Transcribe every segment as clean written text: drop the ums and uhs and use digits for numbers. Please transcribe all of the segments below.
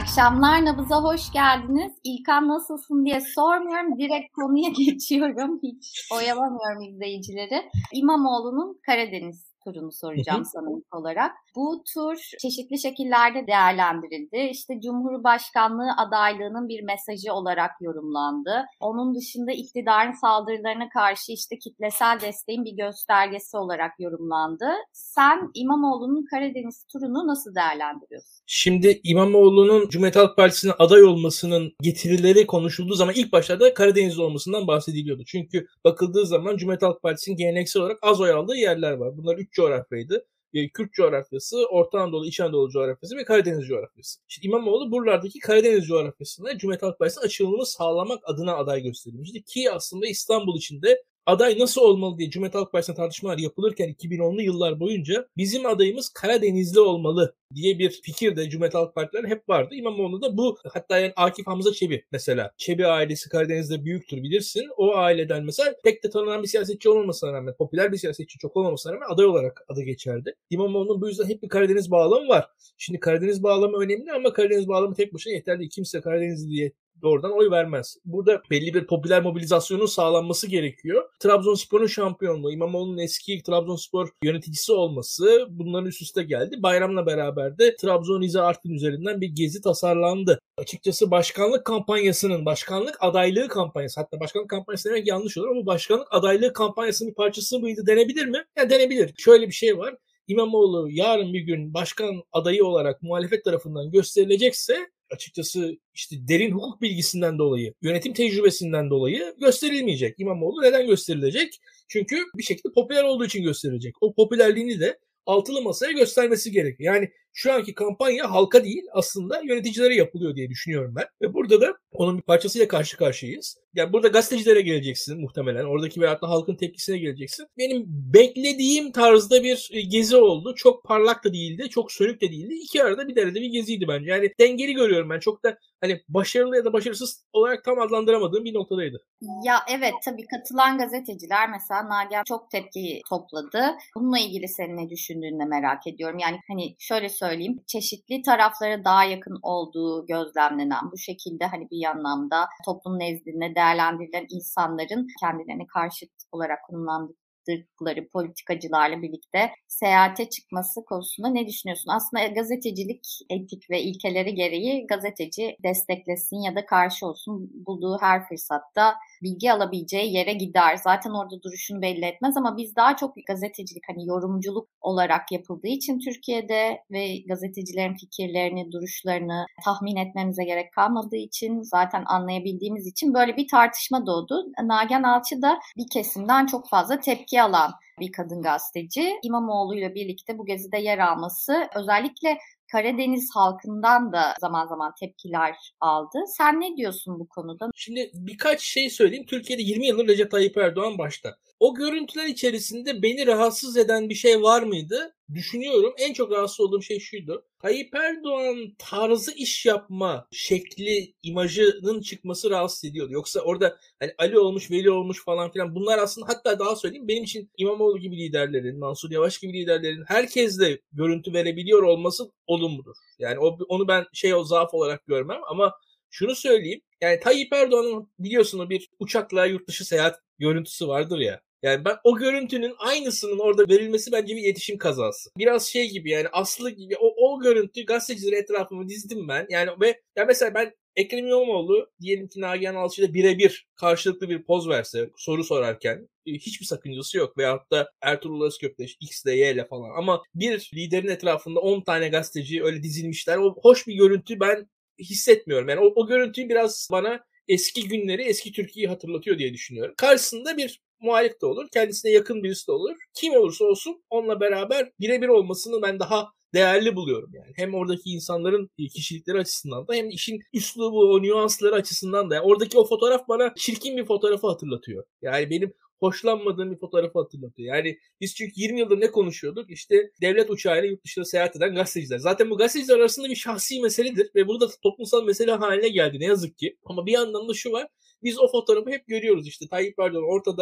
akşamlar, Nabız'a hoş geldiniz. İlkan nasılsın diye sormuyorum, direkt konuya geçiyorum. Hiç oyalamıyorum izleyicileri. İmamoğlu'nun Karadeniz turunu Hı soracağım hı. sana ilk olarak. Bu tur çeşitli şekillerde değerlendirildi. İşte Cumhurbaşkanlığı adaylığının bir mesajı olarak yorumlandı. Onun dışında iktidarın saldırılarına karşı işte kitlesel desteğin bir göstergesi olarak yorumlandı. Sen İmamoğlu'nun Karadeniz turunu nasıl değerlendiriyorsun? Şimdi İmamoğlu'nun Cumhuriyet Halk Partisi'ne aday olmasının getirileri konuşulduğu zaman ilk başlarda Karadenizli olmasından bahsediliyordu. Çünkü bakıldığı zaman Cumhuriyet Halk Partisi'nin geleneksel olarak az oy aldığı yerler var. Bunlar 3 coğrafyaydı. Kürt coğrafyası, Orta Anadolu, İç Anadolu coğrafyası ve Karadeniz coğrafyası. İşte İmamoğlu buralardaki Karadeniz coğrafyasında Cumhuriyet Halk Partisi'nin açılımını sağlamak adına aday gösterilmişti. Ki aslında İstanbul içinde aday nasıl olmalı diye Cumhuriyet Halk Partisi'ne tartışmalar yapılırken 2010'lu yıllar boyunca bizim adayımız Karadenizli olmalı diye bir fikir de Cumhuriyet Halk Partileri hep vardı. İmamoğlu da bu, hatta yani Akif Hamza Çebi mesela. Çebi ailesi Karadeniz'de büyüktür bilirsin. O aileden mesela pek de tanınan bir siyasetçi olmamasına rağmen, popüler bir siyasetçi çok olmamasına rağmen aday olarak adı geçerdi. İmamoğlu'nun bu yüzden hep bir Karadeniz bağlamı var. Şimdi Karadeniz bağlamı önemli ama Karadeniz bağlamı tek başına yeterli değil. Kimse Karadenizli diye doğrudan oy vermez. Burada belli bir popüler mobilizasyonun sağlanması gerekiyor. Trabzonspor'un şampiyonluğu, İmamoğlu'nun eski Trabzonspor yöneticisi olması, bunların üst üste geldi. Bayramla beraber de Trabzon, Rize, Artvin üzerinden bir gezi tasarlandı. Açıkçası başkanlık kampanyasının, başkanlık adaylığı kampanyası, hatta başkanlık kampanyası demek yanlış olur ama başkanlık adaylığı kampanyasının bir parçası mıydı denebilir mi? Yani denebilir. Şöyle bir şey var. İmamoğlu yarın bir gün başkan adayı olarak muhalefet tarafından gösterilecekse, açıkçası işte derin hukuk bilgisinden dolayı, yönetim tecrübesinden dolayı gösterilmeyecek. İmamoğlu neden gösterilecek? Çünkü bir şekilde popüler olduğu için gösterilecek. O popülerliğini de altılı masaya göstermesi gerekiyor. Yani şu anki kampanya halka değil, aslında yöneticilere yapılıyor diye düşünüyorum ben. Ve burada da onun bir parçasıyla karşı karşıyayız. Yani burada gazetecilere geleceksin muhtemelen. Oradaki veyahut da halkın tepkisine geleceksin. Benim beklediğim tarzda bir gezi oldu. Çok parlak da değildi, çok sönük de değildi. İki arada bir derede bir geziydi bence. Yani dengeli görüyorum ben. Çok da hani başarılı ya da başarısız olarak tam adlandıramadığım bir noktadaydı. Ya evet, tabii katılan gazeteciler mesela Nagihan çok tepki topladı. Bununla ilgili senin ne düşündüğünü de merak ediyorum. Yani hani şöyle söyleyeyim, çeşitli taraflara daha yakın olduğu gözlemlenen, bu şekilde hani bir anlamda toplum nezdinde değerlendirilen insanların kendilerine karşıt olarak konumlandırdıkları politikacılarla birlikte seyahate çıkması konusunda ne düşünüyorsun? Aslında gazetecilik etik ve ilkeleri gereği gazeteci desteklesin ya da karşı olsun, bulduğu her fırsatta bilgi alabileceği yere gider. Zaten orada duruşunu belli etmez ama biz daha çok gazetecilik, hani yorumculuk olarak yapıldığı için Türkiye'de ve gazetecilerin fikirlerini, duruşlarını tahmin etmemize gerek kalmadığı için, zaten anlayabildiğimiz için böyle bir tartışma doğdu. Nagihan Alçı da bir kesimden çok fazla tepki alan bir kadın gazeteci. İmamoğlu'yla birlikte bu gezide yer alması özellikle Karadeniz halkından da zaman zaman tepkiler aldı. Sen ne diyorsun bu konuda? Şimdi birkaç şey söyleyeyim. Türkiye'de 20 yıldır Recep Tayyip Erdoğan başta. O görüntüler içerisinde beni rahatsız eden bir şey var mıydı? Düşünüyorum. En çok rahatsız olduğum şey şuydu. Tayyip Erdoğan tarzı iş yapma şekli, imajının çıkması rahatsız ediyordu. Yoksa orada hani Ali olmuş, Veli olmuş falan filan, bunlar aslında, hatta daha söyleyeyim, benim için İmamoğlu gibi liderlerin, Mansur Yavaş gibi liderlerin herkesle görüntü verebiliyor olması olumludur. Yani onu ben o zaaf olarak görmem ama şunu söyleyeyim. Yani Tayyip Erdoğan'ın biliyorsun bir uçakla yurt dışı seyahat görüntüsü vardır ya. Yani ben o görüntünün aynısının orada verilmesi bence bir iletişim kazası. Biraz şey gibi, yani Aslı gibi o görüntü, gazetecileri etrafımı dizdim ben. Yani ve ya mesela ben Ekrem İmamoğlu diyelim ki Nagihan Alçı'yla birebir karşılıklı bir poz verse soru sorarken, hiçbir sakıncası yok. Veyahut da Ertuğrul Özkök'le X'le Y'le falan. Ama bir liderin etrafında 10 tane gazeteci öyle dizilmişler. O hoş bir görüntü ben hissetmiyorum. Yani o görüntüyü biraz bana eski günleri, eski Türkiye'yi hatırlatıyor diye düşünüyorum. Karşısında bir muhalif de olur, kendisine yakın birisi de olur. Kim olursa olsun onunla beraber birebir olmasını ben daha değerli buluyorum yani. Hem oradaki insanların kişilikleri açısından da hem işin üslubu, o nüansları açısından da. Yani oradaki o fotoğraf bana çirkin bir fotoğrafı hatırlatıyor. Yani benim hoşlanmadığım bir fotoğrafı hatırlatıyor. Yani biz çünkü 20 yıldır ne konuşuyorduk? İşte devlet uçağıyla yurt dışına seyahat eden gazeteciler. Zaten bu gazeteciler arasında bir şahsi meseledir ve burada toplumsal mesele haline geldi ne yazık ki. Ama bir yandan da şu var. Biz o fotoğrafı hep görüyoruz işte. Tayyip Erdoğan ortada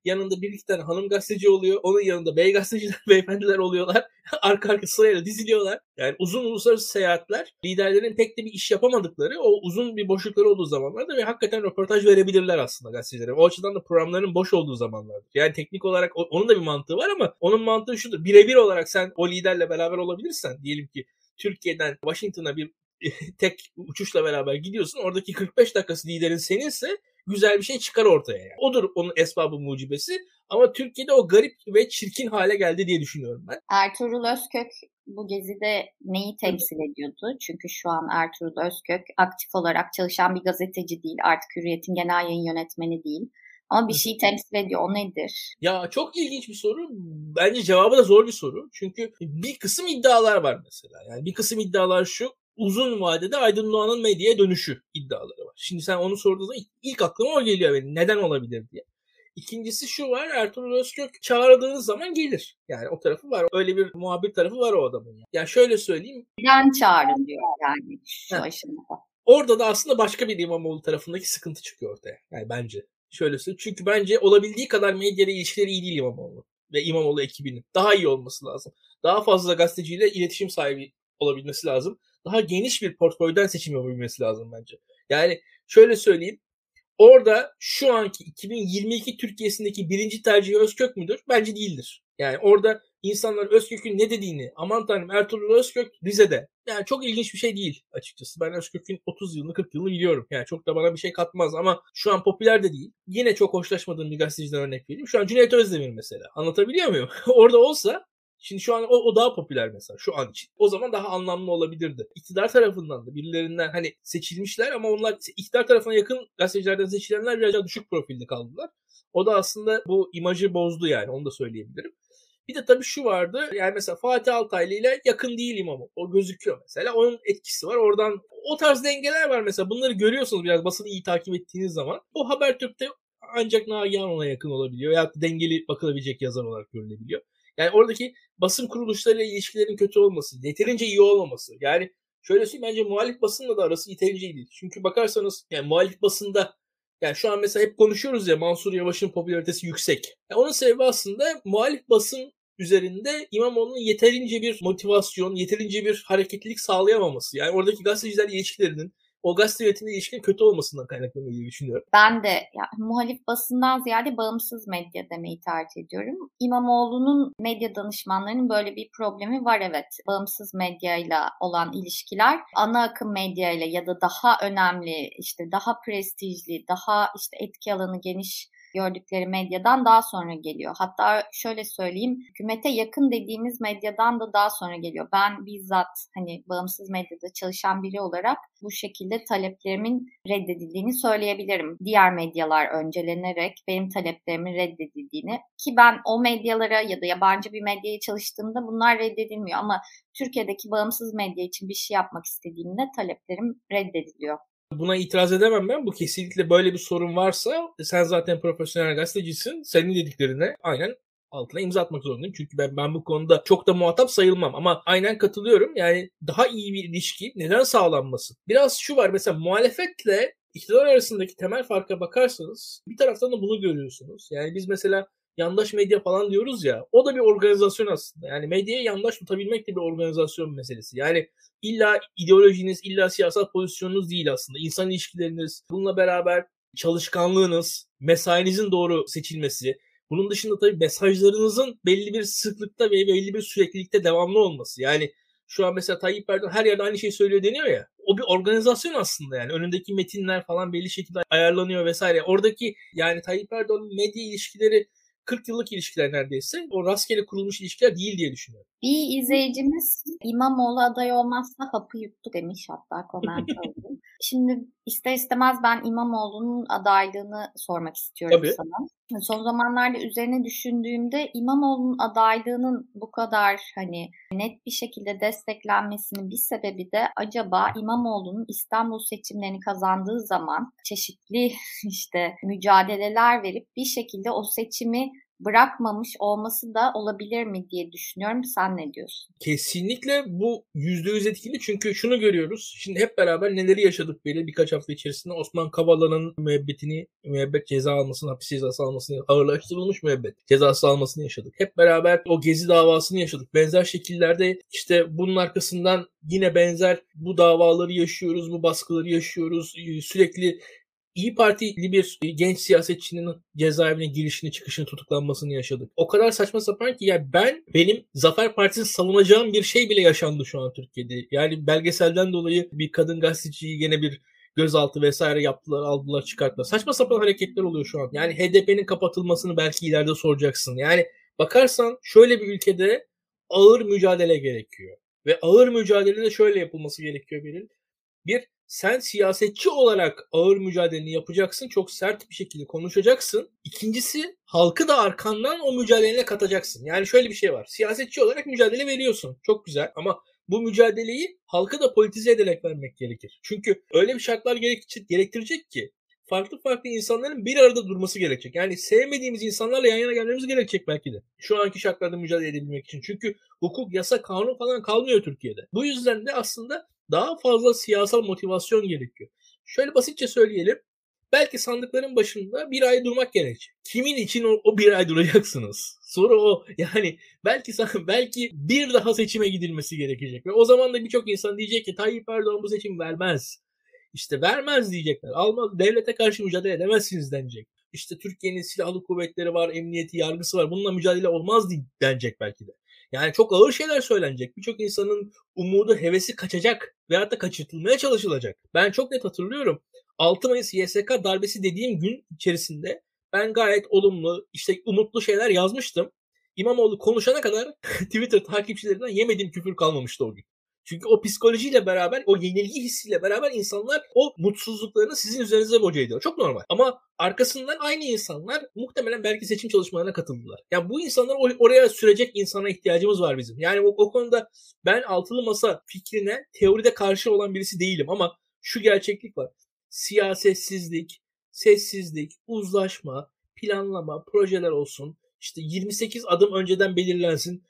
yanında bir iki tane hanım gazeteci oluyor. Onun yanında bey gazeteciler, beyefendiler oluyorlar. Arka arka sırayla diziliyorlar. Yani uzun uluslararası seyahatler, liderlerin pek de bir iş yapamadıkları o uzun bir boşlukları olduğu zamanlarda ve hakikaten röportaj verebilirler aslında gazetecilere. O açıdan da programların boş olduğu zamanlardır. Yani teknik olarak onun da bir mantığı var ama onun mantığı şudur. Birebir olarak sen o liderle beraber olabilirsen, diyelim ki Türkiye'den Washington'a bir tek uçuşla beraber gidiyorsun. Oradaki 45 dakikası liderin seninse güzel bir şey çıkar ortaya. Yani. Odur onun esbabı mucibesi. Ama Türkiye'de o garip ve çirkin hale geldi diye düşünüyorum ben. Ertuğrul Özkök bu gezide neyi temsil ediyordu? Çünkü şu an Ertuğrul Özkök aktif olarak çalışan bir gazeteci değil. Artık Hürriyet'in genel yayın yönetmeni değil. Ama bir şeyi temsil ediyor. O nedir? Ya çok ilginç bir soru. Bence cevabı da zor bir soru. Çünkü bir kısım iddialar var mesela. Yani bir kısım iddialar şu. Uzun vadede Aydın Doğan'ın medyaya dönüşü iddiaları var. Şimdi sen onu sorduğunda ilk aklıma o geliyor benim. Neden olabilir diye. İkincisi şu var. Ertuğrul Özkök çağırdığınız zaman gelir. Yani o tarafı var. Öyle bir muhabir tarafı var o adamın. Yani şöyle söyleyeyim. Ben çağırın diyor yani şu aşamada. Orada da aslında başka bir İmamoğlu tarafındaki sıkıntı çıkıyor ortaya. Yani bence. Şöyle söyleyeyim. Çünkü bence olabildiği kadar medyayla ilişkileri iyi değil İmamoğlu. Ve İmamoğlu ekibinin. Daha iyi olması lazım. Daha fazla gazeteciyle iletişim sahibi olabilmesi lazım. Daha geniş bir portföyden seçim yapabilmesi lazım bence. Yani şöyle söyleyeyim. Orada şu anki 2022 Türkiye'sindeki birinci tercihi Özkök müdür? Bence değildir. Yani orada insanlar Özkök'ün ne dediğini, aman tanrım Ertuğrul Özkök Rize'de. Yani çok ilginç bir şey değil açıkçası. Ben Özkök'ün 30 yılını 40 yılını biliyorum. Yani çok da bana bir şey katmaz ama şu an popüler de değil. Yine çok hoşlaşmadığım bir gazeteciden örnek vereyim. Şu an Cüneyt Özdemir mesela. Anlatabiliyor muyum? Orada olsa şimdi şu an o daha popüler mesela şu an için. O zaman daha anlamlı olabilirdi. İktidar tarafından da birilerinden hani seçilmişler ama onlar iktidar tarafına yakın gazetecilerden seçilenler biraz daha düşük profilde kaldılar. O da aslında bu imajı bozdu yani onu da söyleyebilirim. Bir de tabii şu vardı. Yani mesela Fatih Altaylı ile yakın değil İmamoğlu. O gözüküyor mesela. Onun etkisi var. Oradan o tarz dengeler var mesela. Bunları görüyorsunuz biraz basını iyi takip ettiğiniz zaman. O Habertürk'te ancak Nagihan ona yakın olabiliyor. Ya dengeli bakılabilecek yazar olarak görülebiliyor. Yani oradaki basın kuruluşlarıyla ilişkilerin kötü olması, yeterince iyi olmaması. Yani şöyle söyleyeyim bence muhalif basınla da arası yeterince iyi değil. Çünkü bakarsanız yani muhalif basında yani şu an mesela hep konuşuyoruz ya Mansur Yavaş'ın popülaritesi yüksek. Yani onun sebebi aslında muhalif basın üzerinde İmamoğlu'nun yeterince bir motivasyon, yeterince bir hareketlilik sağlayamaması. Yani oradaki gazetecilerle ilişkilerinin o gazete yönetimine ilişkin kötü olmasından kaynaklanıyor diye düşünüyorum. Ben de muhalif basından ziyade bağımsız medya demeyi tercih ediyorum. İmamoğlu'nun medya danışmanlarının böyle bir problemi var evet. Bağımsız medyayla olan ilişkiler ana akım medyayla ya da daha önemli, işte daha prestijli, daha işte etki alanı geniş gördükleri medyadan daha sonra geliyor. Hatta şöyle söyleyeyim, hükümete yakın dediğimiz medyadan da daha sonra geliyor. Ben bizzat hani bağımsız medyada çalışan biri olarak bu şekilde taleplerimin reddedildiğini söyleyebilirim. Diğer medyalar öncelenerek benim taleplerimin reddedildiğini ki ben o medyalara ya da yabancı bir medyaya çalıştığımda bunlar reddedilmiyor ama Türkiye'deki bağımsız medya için bir şey yapmak istediğimde taleplerim reddediliyor. Buna itiraz edemem ben. Bu kesinlikle böyle bir sorun varsa sen zaten profesyonel gazetecisin. Senin dediklerine aynen altına imza atmak zorundayım. Çünkü ben bu konuda çok da muhatap sayılmam. Ama aynen katılıyorum. Yani daha iyi bir ilişki neden sağlanmasın? Biraz şu var mesela muhalefetle iktidar arasındaki temel farka bakarsanız bir taraftan da bunu görüyorsunuz. Yani biz mesela yandaş medya falan diyoruz ya o da bir organizasyon aslında. Yani medyayı yandaş tutabilmek de bir organizasyon meselesi. Yani İlla ideolojiniz, illa siyasal pozisyonunuz değil aslında. İnsan ilişkileriniz, bununla beraber çalışkanlığınız, mesainizin doğru seçilmesi, bunun dışında tabii mesajlarınızın belli bir sıklıkta ve belli bir süreklilikte devamlı olması. Yani şu an mesela Tayyip Erdoğan her yerde aynı şeyi söylüyor deniyor ya. O bir organizasyon aslında yani. Önündeki metinler falan belli şekilde ayarlanıyor vesaire. Oradaki yani Tayyip Erdoğan'ın medya ilişkileri 40 yıllık ilişkiler neredeyse. O rastgele kurulmuş ilişkiler değil diye düşünüyorum. Bir izleyicimiz İmamoğlu aday olmazsa hapı yuttu demiş hatta komentarda. Şimdi ister istemez ben İmamoğlu'nun adaylığını sormak istiyorum Tabii. sana. Son zamanlarda üzerine düşündüğümde İmamoğlu'nun adaylığının bu kadar hani net bir şekilde desteklenmesinin bir sebebi de acaba İmamoğlu'nun İstanbul seçimlerini kazandığı zaman çeşitli işte mücadeleler verip bir şekilde o seçimi bırakmamış olması da olabilir mi diye düşünüyorum. Sen ne diyorsun? Kesinlikle bu %100 etkili, çünkü şunu görüyoruz. Şimdi hep beraber neleri yaşadık böyle birkaç hafta içerisinde. Osman Kavala'nın müebbet ceza almasını, hapis cezası almasını, ağırlaştırılmış müebbet cezası almasını yaşadık. Hep beraber o Gezi davasını yaşadık. Benzer şekillerde işte bunun arkasından yine benzer bu davaları yaşıyoruz, bu baskıları yaşıyoruz. Sürekli İyi Partili bir genç siyasetçinin cezaevine girişini, çıkışını, tutuklanmasını yaşadık. O kadar saçma sapan ki ya benim Zafer Partisi'ni savunacağım bir şey bile yaşandı şu an Türkiye'de. Yani belgeselden dolayı bir kadın gazeteciyi gene bir gözaltı vesaire yaptılar, aldılar, çıkarttılar. Saçma sapan hareketler oluyor şu an. Yani HDP'nin kapatılmasını belki ileride soracaksın. Yani bakarsan şöyle bir ülkede ağır mücadele gerekiyor. Ve ağır mücadelede şöyle yapılması gerekiyor Beril. Bir, sen siyasetçi olarak ağır mücadeleni yapacaksın. Çok sert bir şekilde konuşacaksın. İkincisi, halkı da arkandan o mücadelene katacaksın. Yani şöyle bir şey var. Siyasetçi olarak mücadele veriyorsun. Çok güzel, ama bu mücadeleyi halka da politize ederek vermek gerekir. Çünkü öyle bir şartlar gerektirecek ki farklı farklı insanların bir arada durması gerekecek. Yani sevmediğimiz insanlarla yan yana gelmemiz gerekecek belki de. Şu anki şartlarda mücadele edebilmek için. Çünkü hukuk, yasa, kanun falan kalmıyor Türkiye'de. Bu yüzden de aslında daha fazla siyasal motivasyon gerekiyor. Şöyle basitçe söyleyelim. Belki sandıkların başında bir ay durmak gerekecek. Kimin için o bir ay duracaksınız? Soru o. Yani belki bir daha seçime gidilmesi gerekecek. Ve o zaman da birçok insan diyecek ki Tayyip Erdoğan bu seçim vermez. İşte vermez diyecekler. Almaz, devlete karşı mücadele edemezsiniz denecek. İşte Türkiye'nin silahlı kuvvetleri var, emniyeti, yargısı var. Bununla mücadele olmaz denecek belki de. Yani çok ağır şeyler söylenecek. Birçok insanın umudu, hevesi kaçacak veyahut da kaçırtılmaya çalışılacak. Ben çok net hatırlıyorum. 6 Mayıs YSK darbesi dediğim gün içerisinde ben gayet olumlu, işte umutlu şeyler yazmıştım. İmamoğlu konuşana kadar Twitter takipçilerinden yemediğim küfür kalmamıştı o gün. Çünkü o psikolojiyle beraber, o yenilgi hissiyle beraber insanlar o mutsuzluklarını sizin üzerinize boca ediyor. Çok normal. Ama arkasından aynı insanlar muhtemelen belki seçim çalışmalarına katıldılar. Yani bu insanları oraya sürecek insana ihtiyacımız var bizim. Yani o konuda ben altılı masa fikrine teoride karşı olan birisi değilim, ama şu gerçeklik var. Siyasetsizlik, sessizlik, uzlaşma, planlama, projeler olsun. İşte 28 adım önceden belirlensin.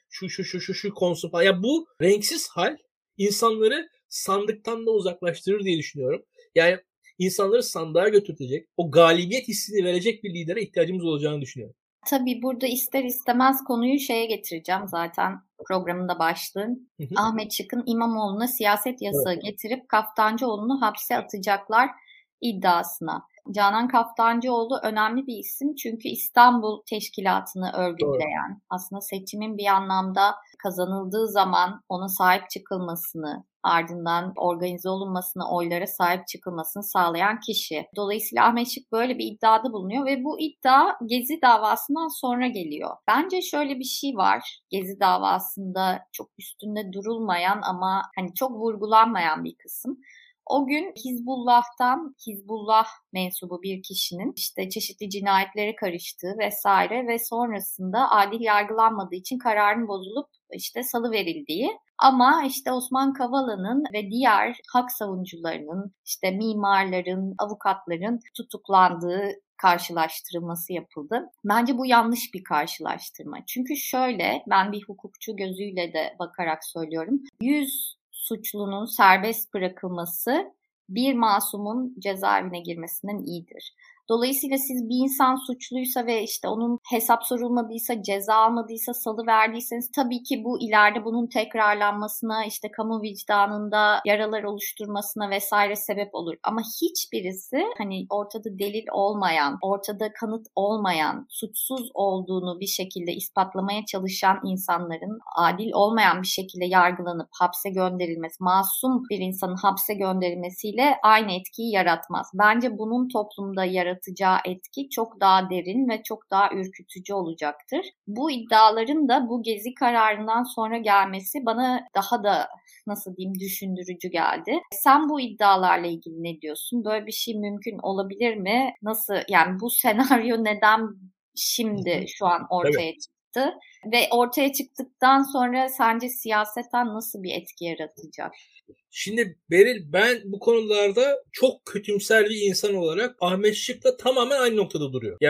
Şu konusu falan. Ya bu renksiz hal insanları sandıktan da uzaklaştırır diye düşünüyorum. Yani insanları sandığa götürecek, o galibiyet hissini verecek bir lidere ihtiyacımız olacağını düşünüyorum. Tabii burada ister istemez konuyu şeye getireceğim, zaten programında başlığın. Ahmet Şık'ın İmamoğlu'na siyaset yasağı getirip Kaftancıoğlu'nu hapse atacaklar iddiasına. Canan Kaftancıoğlu önemli bir isim, çünkü İstanbul Teşkilatı'nı örgütleyen, aslında seçimin bir anlamda kazanıldığı zaman ona sahip çıkılmasını, ardından organize olunmasını, oylara sahip çıkılmasını sağlayan kişi. Dolayısıyla Ahmet Şık böyle bir iddiada bulunuyor ve bu iddia Gezi davasından sonra geliyor. Bence şöyle bir şey var. Gezi davasında çok üstünde durulmayan ama hani çok vurgulanmayan bir kısım. O gün Hizbullah mensubu bir kişinin işte çeşitli cinayetlere karıştığı vesaire ve sonrasında adil yargılanmadığı için kararın bozulup işte salıverildiği, ama işte Osman Kavala'nın ve diğer hak savunucularının, işte mimarların, avukatların tutuklandığı karşılaştırılması yapıldı. Bence bu yanlış bir karşılaştırma. Çünkü şöyle, ben bir hukukçu gözüyle de bakarak söylüyorum. 100 suçlunun serbest bırakılması bir masumun cezaevine girmesinden iyidir. Dolayısıyla siz bir insan suçluysa ve işte onun hesap sorulmadıysa, ceza almadıysa, salıverdiyseniz tabii ki bu ileride bunun tekrarlanmasına, işte kamu vicdanında yaralar oluşturmasına vesaire sebep olur. Ama hiçbirisi hani ortada delil olmayan, ortada kanıt olmayan, suçsuz olduğunu bir şekilde ispatlamaya çalışan insanların adil olmayan bir şekilde yargılanıp hapse gönderilmesi, masum bir insanın hapse gönderilmesiyle aynı etkiyi yaratmaz. Bence bunun toplumda yaratacağı etki çok daha derin ve çok daha ürkütücü olacaktır. Bu iddiaların da bu Gezi kararından sonra gelmesi bana daha da düşündürücü geldi. Sen bu iddialarla ilgili ne diyorsun? Böyle bir şey mümkün olabilir mi? Nasıl, yani bu senaryo neden şimdi şu an ortaya çıktı? Ve ortaya çıktıktan sonra sence siyaseten nasıl bir etki yaratacak? Şimdi Beril, ben bu konularda çok kötümser bir insan olarak Ahmet Şık'la tamamen aynı noktada duruyor. Yani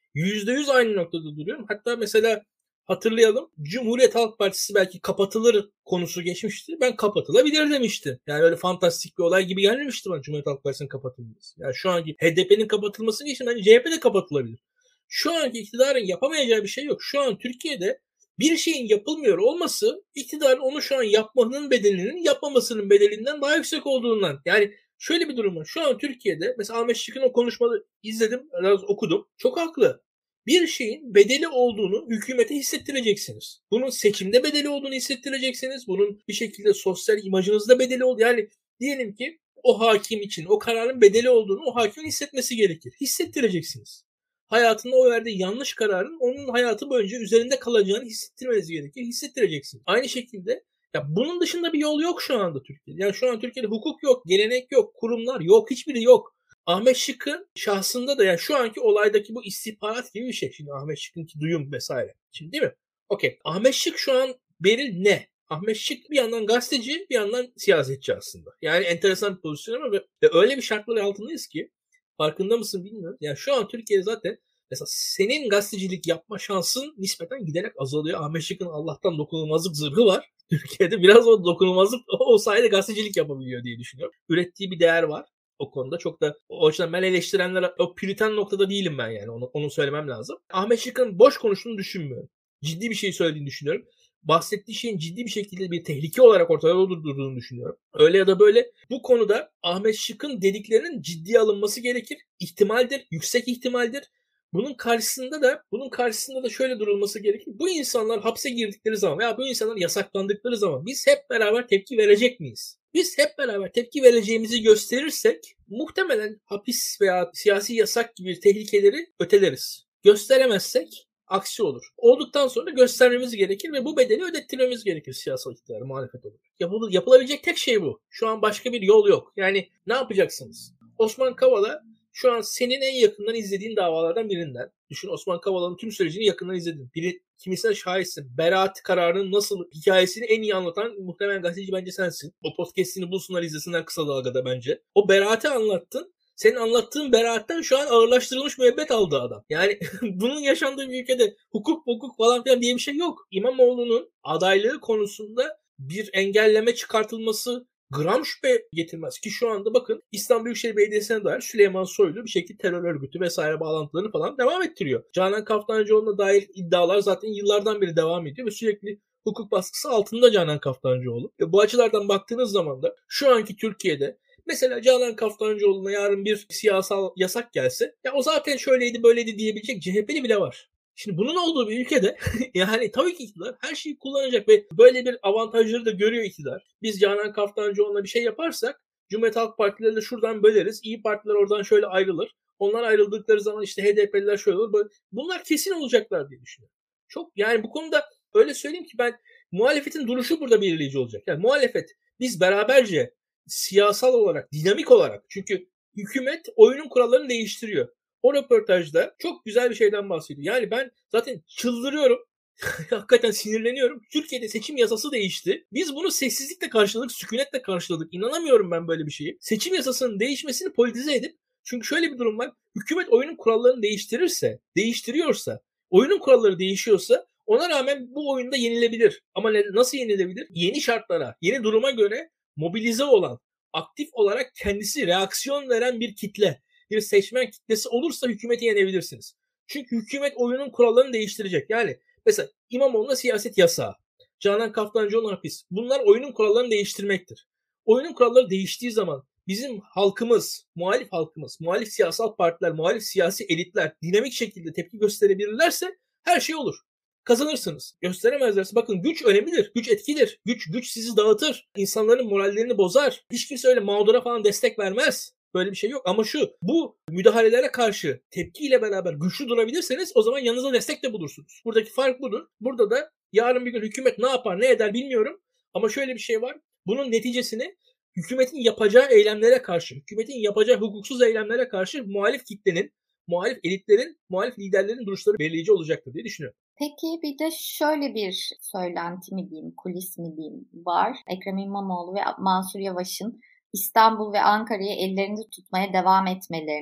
%100 aynı noktada duruyorum. Hatta mesela hatırlayalım, Cumhuriyet Halk Partisi belki kapatılır konusu geçmişti. Ben kapatılabilir demiştim. Yani öyle fantastik bir olay gibi gelmemişti bana Cumhuriyet Halk Partisi'nin kapatılması. Yani şu anki HDP'nin kapatılması geçtim. Bence CHP de kapatılabilir. Şu anki iktidarın yapamayacağı bir şey yok. Şu an Türkiye'de bir şeyin yapılmıyor olması iktidarın onu şu an yapmanın bedelinin yapmamasının bedelinden daha yüksek olduğundan. Yani şöyle bir durum var. Şu an Türkiye'de mesela Ahmet Şık'ın o konuşmaları izledim, biraz okudum. Çok haklı. Bir şeyin bedeli olduğunu hükümete hissettireceksiniz. Bunun seçimde bedeli olduğunu hissettireceksiniz. Bunun bir şekilde sosyal imajınızda bedeli olduğunu. Yani diyelim ki o hakim için o kararın bedeli olduğunu o hakimin hissetmesi gerekir. Hissettireceksiniz. Hayatında o verdiği yanlış kararın onun hayatı boyunca üzerinde kalacağını hissettirmeniz gerekir. Hissettireceksiniz. Aynı şekilde ya bunun dışında bir yol yok şu anda Türkiye'de. Yani şu an Türkiye'de hukuk yok, gelenek yok, kurumlar yok, hiçbiri yok. Ahmet Şık'ın şahsında da yani şu anki olaydaki bu istihbarat gibi bir şey. Şimdi Ahmet Şık'ınki duyum vesaire. Şimdi değil mi? Okey. Ahmet Şık şu an Beril ne? Ahmet Şık bir yandan gazeteci, bir yandan siyasetçi aslında. Yani enteresan bir pozisyon ama ve öyle bir şartlar altındayız ki farkında mısın bilmiyorum. Yani şu an Türkiye'de zaten mesela senin gazetecilik yapma şansın nispeten giderek azalıyor. Ahmet Şık'ın Allah'tan dokunulmazlık zırhı var. Türkiye'de biraz o dokunulmazlık o sayede gazetecilik yapabiliyor diye düşünüyorum. Ürettiği bir değer var o konuda. Çok da o açıdan ben eleştirenler o püriten noktada değilim ben yani. Onu söylemem lazım. Ahmet Şık'ın boş konuştuğunu düşünmüyorum. Ciddi bir şey söylediğini düşünüyorum. Bahsettiği şeyin ciddi bir şekilde bir tehlike olarak ortada durduğunu düşünüyorum. Öyle ya da böyle bu konuda Ahmet Şık'ın dediklerinin ciddiye alınması gerekir. İhtimaldir, yüksek ihtimaldir. Bunun karşısında da şöyle durulması gerekir. Bu insanlar hapse girdikleri zaman veya bu insanlar yasaklandıkları zaman biz hep beraber tepki verecek miyiz? Biz hep beraber tepki vereceğimizi gösterirsek muhtemelen hapis veya siyasi yasak gibi tehlikeleri öteleriz. Gösteremezsek aksi olur. Olduktan sonra göstermemiz gerekir ve bu bedeli ödettirmemiz gerekir siyasal iktidara muhalefet olarak. Yapılabilecek tek şey bu. Şu an başka bir yol yok. Yani ne yapacaksınız? Osman Kavala şu an senin en yakından izlediğin davalardan birinden. Düşün, Osman Kavala'nın tüm sürecini yakından izledin. Kimisine şahitsin. Beraat kararının nasıl hikayesini en iyi anlatan muhtemelen gazeteci bence sensin. O podcast'ini bulsunlar izlesinler kısa dalgada bence. O beraati anlattın. Senin anlattığın beraatten şu an ağırlaştırılmış müebbet aldı adam. Yani bunun yaşandığı bir ülkede hukuk falan filan diye bir şey yok. İmamoğlu'nun adaylığı konusunda bir engelleme çıkartılması gram şüphe getirmez ki şu anda bakın İstanbul Büyükşehir Belediyesi'ne dair Süleyman Soylu bir şekilde terör örgütü vesaire bağlantılarını falan devam ettiriyor. Canan Kaftancıoğlu'na dair iddialar zaten yıllardan beri devam ediyor ve sürekli hukuk baskısı altında Canan Kaftancıoğlu. Bu açılardan baktığınız zaman da şu anki Türkiye'de mesela Canan Kaftancıoğlu'na yarın bir siyasal yasak gelse ya o zaten şöyleydi böyleydi diyebilecek CHP'li bile var. Şimdi bunun olduğu bir ülkede yani tabii ki iktidar her şeyi kullanacak ve böyle bir avantajları da görüyor iktidar. Biz Canan Kaftancıoğlu'na bir şey yaparsak Cumhuriyet Halk Partileri de şuradan böleriz. İyi Partiler oradan şöyle ayrılır. Onlar ayrıldıkları zaman işte HDP'liler şöyle olur. Böyle. Bunlar kesin olacaklar diye düşünüyorum. Çok yani bu konuda öyle söyleyeyim ki ben muhalefetin duruşu burada belirleyici olacak. Yani muhalefet biz beraberce siyasal olarak, dinamik olarak çünkü hükümet oyunun kurallarını değiştiriyor. O röportajda çok güzel bir şeyden bahsediyor. Yani ben zaten çıldırıyorum. Hakikaten sinirleniyorum. Türkiye'de seçim yasası değişti. Biz bunu sessizlikle karşıladık, sükunetle karşıladık. İnanamıyorum ben böyle bir şeyi. Seçim yasasının değişmesini politize edip çünkü şöyle bir durum var. Hükümet oyunun kurallarını değiştiriyorsa, oyunun kuralları değişiyorsa ona rağmen bu oyunda yenilebilir. Ama nasıl yenilebilir? Yeni şartlara, yeni duruma göre mobilize olan, aktif olarak kendisi reaksiyon veren bir kitle, bir seçmen kitlesi olursa hükümeti yenebilirsiniz. Çünkü hükümet oyunun kurallarını değiştirecek. Yani mesela İmamoğlu'na siyaset yasağı, Canan Kaftancıoğlu'na hapis. Bunlar oyunun kurallarını değiştirmektir. Oyunun kuralları değiştiği zaman bizim halkımız, muhalif siyasal partiler, muhalif siyasi elitler dinamik şekilde tepki gösterebilirlerse her şey olur. Kazanırsınız. Gösteremezlerse bakın güç önemlidir. Güç etkidir. Güç sizi dağıtır. İnsanların morallerini bozar. Hiç kimse öyle mağdura falan destek vermez. Böyle bir şey yok ama bu müdahalelere karşı tepkiyle beraber güçlü durabilirseniz o zaman yanınıza destek de bulursunuz. Buradaki fark budur. Burada da yarın bir gün hükümet ne yapar ne eder bilmiyorum ama şöyle bir şey var. Bunun neticesini hükümetin yapacağı eylemlere karşı, hükümetin yapacağı hukuksuz eylemlere karşı muhalif kitlenin, muhalif elitlerin, muhalif liderlerin duruşları belirleyici olacaktır diye düşünüyorum. Peki bir de şöyle bir söylenti mi diyeyim, kulis mi diyeyim var. Ekrem İmamoğlu ve Mansur Yavaş'ın İstanbul ve Ankara'yı ellerinde tutmaya devam etmelerinin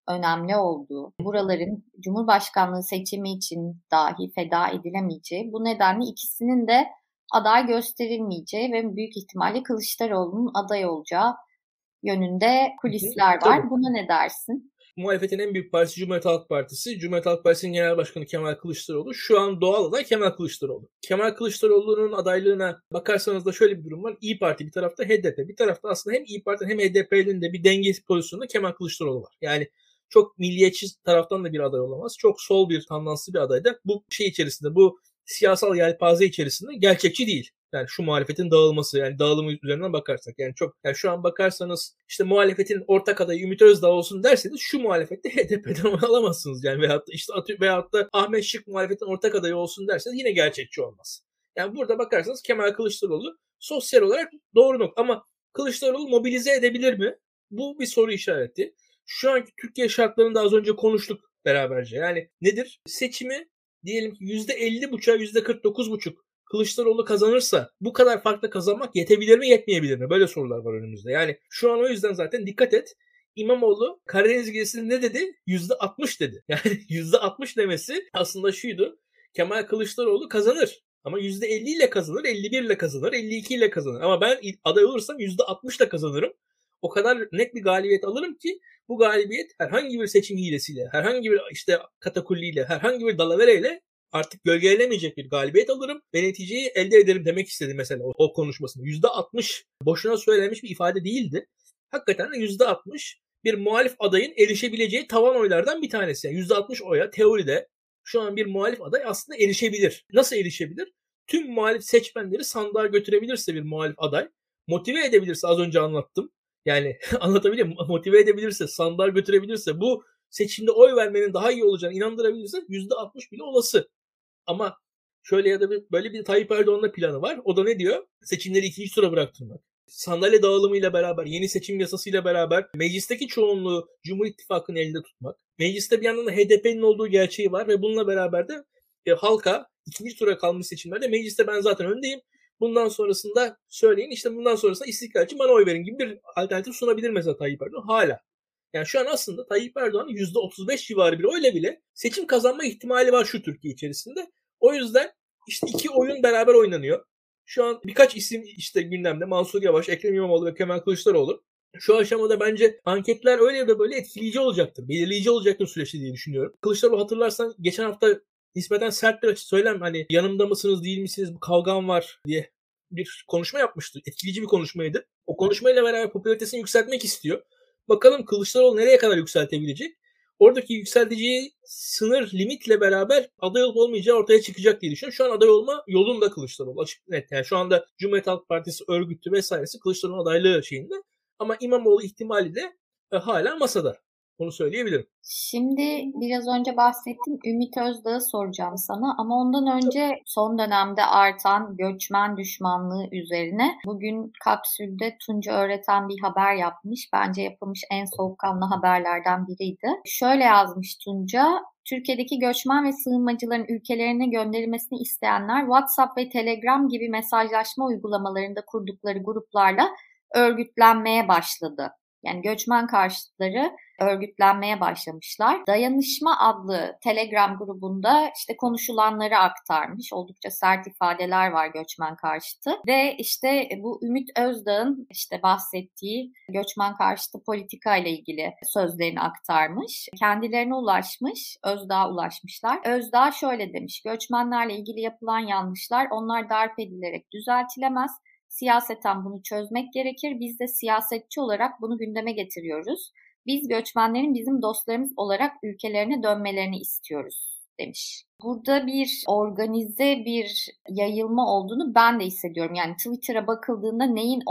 önemli olduğu, buraların Cumhurbaşkanlığı seçimi için dahi feda edilemeyeceği, bu nedenle ikisinin de aday gösterilmeyeceği ve büyük ihtimalle Kılıçdaroğlu'nun aday olacağı yönünde kulisler var. Tabii. Buna ne dersin? Muhalefetin en büyük partisi Cumhuriyet Halk Partisi. Cumhuriyet Halk Partisi'nin genel başkanı Kemal Kılıçdaroğlu. Şu an doğal aday Kemal Kılıçdaroğlu. Kemal Kılıçdaroğlu'nun adaylığına bakarsanız da şöyle bir durum var. İYİ Parti bir tarafta, HDP bir tarafta, aslında hem İYİ Parti hem HDP'nin de bir denge pozisyonunda Kemal Kılıçdaroğlu var. Yani çok milliyetçi taraftan da bir aday olamaz. Çok sol bir tandanslı bir aday da bu şey içerisinde, bu siyasal yelpaze içerisinde gerçekçi değil. Yani şu muhalefetin dağılması, yani dağılımı üzerinden bakarsak, yani çok, yani şu an bakarsanız işte muhalefetin ortak adayı Ümit Özdağ olsun derseniz şu muhalefette HDP'den alamazsınız yani, veyahut da Ahmet Şık muhalefetin ortak adayı olsun derseniz yine gerçekçi olmaz. Yani burada bakarsanız Kemal Kılıçdaroğlu sosyal olarak doğru nokta, ama Kılıçdaroğlu mobilize edebilir mi? Bu bir soru işareti. Şu anki Türkiye şartlarında az önce konuştuk beraberce. Yani nedir? Seçimi diyelim ki %50,5'a %49,5 Kılıçdaroğlu kazanırsa bu kadar farklı kazanmak yetebilir mi, yetmeyebilir mi? Böyle sorular var önümüzde. Yani şu an o yüzden zaten dikkat et. İmamoğlu Karadeniz gezisinde ne dedi? %60 dedi. Yani %60 demesi aslında şuydu. Kemal Kılıçdaroğlu kazanır. Ama %50 ile kazanır, 51 ile kazanır, 52 ile kazanır. Ama ben aday olursam %60 ile kazanırım. O kadar net bir galibiyet alırım ki bu galibiyet herhangi bir seçim hilesiyle, herhangi bir işte katakulliyle, herhangi bir dalavereyle artık gölgelemeyecek bir galibiyet alırım ve neticeyi elde ederim demek istedi mesela o konuşmasında. %60 boşuna söylenmiş bir ifade değildi. Hakikaten de %60 bir muhalif adayın erişebileceği tavan oylardan bir tanesi. Yani %60 oya teoride şu an bir muhalif aday aslında erişebilir. Nasıl erişebilir? Tüm muhalif seçmenleri sandığa götürebilirse bir muhalif aday, motive edebilirse, az önce anlattım. Yani anlatabiliyor muyum? Motive edebilirse, sandığa götürebilirse, bu seçimde oy vermenin daha iyi olacağını inandırabilirse %60 bile olası. Ama şöyle ya da böyle bir Tayyip Erdoğan'ın planı var. O da ne diyor? Seçimleri ikinci tura bıraktırmak. Sandalye dağılımıyla beraber, yeni seçim yasasıyla beraber meclisteki çoğunluğu Cumhur İttifakı'nın elinde tutmak. Mecliste bir yandan da HDP'nin olduğu gerçeği var ve bununla beraber de halka ikinci tura kalmış seçimlerde mecliste ben zaten öndeyim. Bundan sonrasında söyleyin, işte bundan sonrasında İstiklal için bana oy verin gibi bir alternatif sunabilir mesela Tayyip Erdoğan hala. Yani şu an aslında Tayyip Erdoğan'ın %35 civarı bir oyla bile seçim kazanma ihtimali var şu Türkiye içerisinde. O yüzden işte iki oyun beraber oynanıyor. Şu an birkaç isim işte gündemde. Mansur Yavaş, Ekrem İmamoğlu ve Kemal Kılıçdaroğlu. Şu aşamada bence anketler öyle ya da böyle etkileyici olacaktır. Belirleyici olacaktır süreçte diye düşünüyorum. Kılıçdaroğlu, hatırlarsan geçen hafta nispeten sert bir açı söylem, hani yanımda mısınız değil misiniz, bu kavgam var diye bir konuşma yapmıştı. Etkileyici bir konuşmaydı. O konuşmayla beraber popülaritesini yükseltmek istiyor. Bakalım Kılıçdaroğlu nereye kadar yükseltebilecek? Oradaki yükselteceği sınır limitle beraber aday olup olmayacağı ortaya çıkacak diye düşünüyorum. Şu an aday olma yolunda Kılıçdaroğlu, açık net. Yani şu anda Cumhuriyet Halk Partisi örgütü vesairesi Kılıçdaroğlu'nun adaylığı şeyinde. Ama İmamoğlu ihtimali de hala masada. Bunu söyleyebilirim. Şimdi biraz önce bahsettim, Ümit Özdağ'ı soracağım sana ama ondan önce son dönemde artan göçmen düşmanlığı üzerine bugün Kapsül'de Tunca Öğreten bir haber yapmış. Bence yapılmış en soğukkanlı haberlerden biriydi. Şöyle yazmış Tunca: Türkiye'deki göçmen ve sığınmacıların ülkelerine gönderilmesini isteyenler WhatsApp ve Telegram gibi mesajlaşma uygulamalarında kurdukları gruplarla örgütlenmeye başladı. Yani göçmen karşıtları örgütlenmeye başlamışlar. Dayanışma adlı Telegram grubunda işte konuşulanları aktarmış. Oldukça sert ifadeler var göçmen karşıtı. Ve işte bu Ümit Özdağ'ın işte bahsettiği göçmen karşıtı politika ile ilgili sözlerini aktarmış. Kendilerine ulaşmış, Özdağ'a ulaşmışlar. Özdağ şöyle demiş: göçmenlerle ilgili yapılan yanlışlar onlar darp edilerek düzeltilemez. Siyaseten bunu çözmek gerekir. Biz de siyasetçi olarak bunu gündeme getiriyoruz. Biz göçmenlerin bizim dostlarımız olarak ülkelerine dönmelerini istiyoruz demiş. Burada bir organize bir yayılma olduğunu ben de hissediyorum. Yani Twitter'a bakıldığında neyin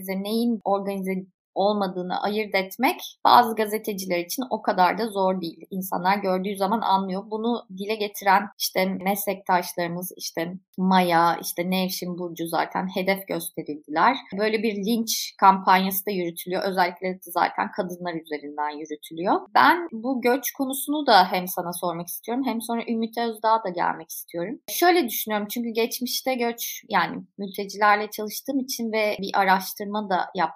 organize olmadığını ayırt etmek bazı gazeteciler için o kadar da zor değil. İnsanlar gördüğü zaman anlıyor. Bunu dile getiren işte meslektaşlarımız, işte Maya, işte Nevşin Burcu zaten hedef gösterildiler. Böyle bir linç kampanyası da yürütülüyor. Özellikle zaten kadınlar üzerinden yürütülüyor. Ben bu göç konusunu da hem sana sormak istiyorum hem sonra Ümit Özdağ'a da gelmek istiyorum. Şöyle düşünüyorum, çünkü geçmişte göç, yani mültecilerle çalıştığım için ve bir araştırma da yapmıştık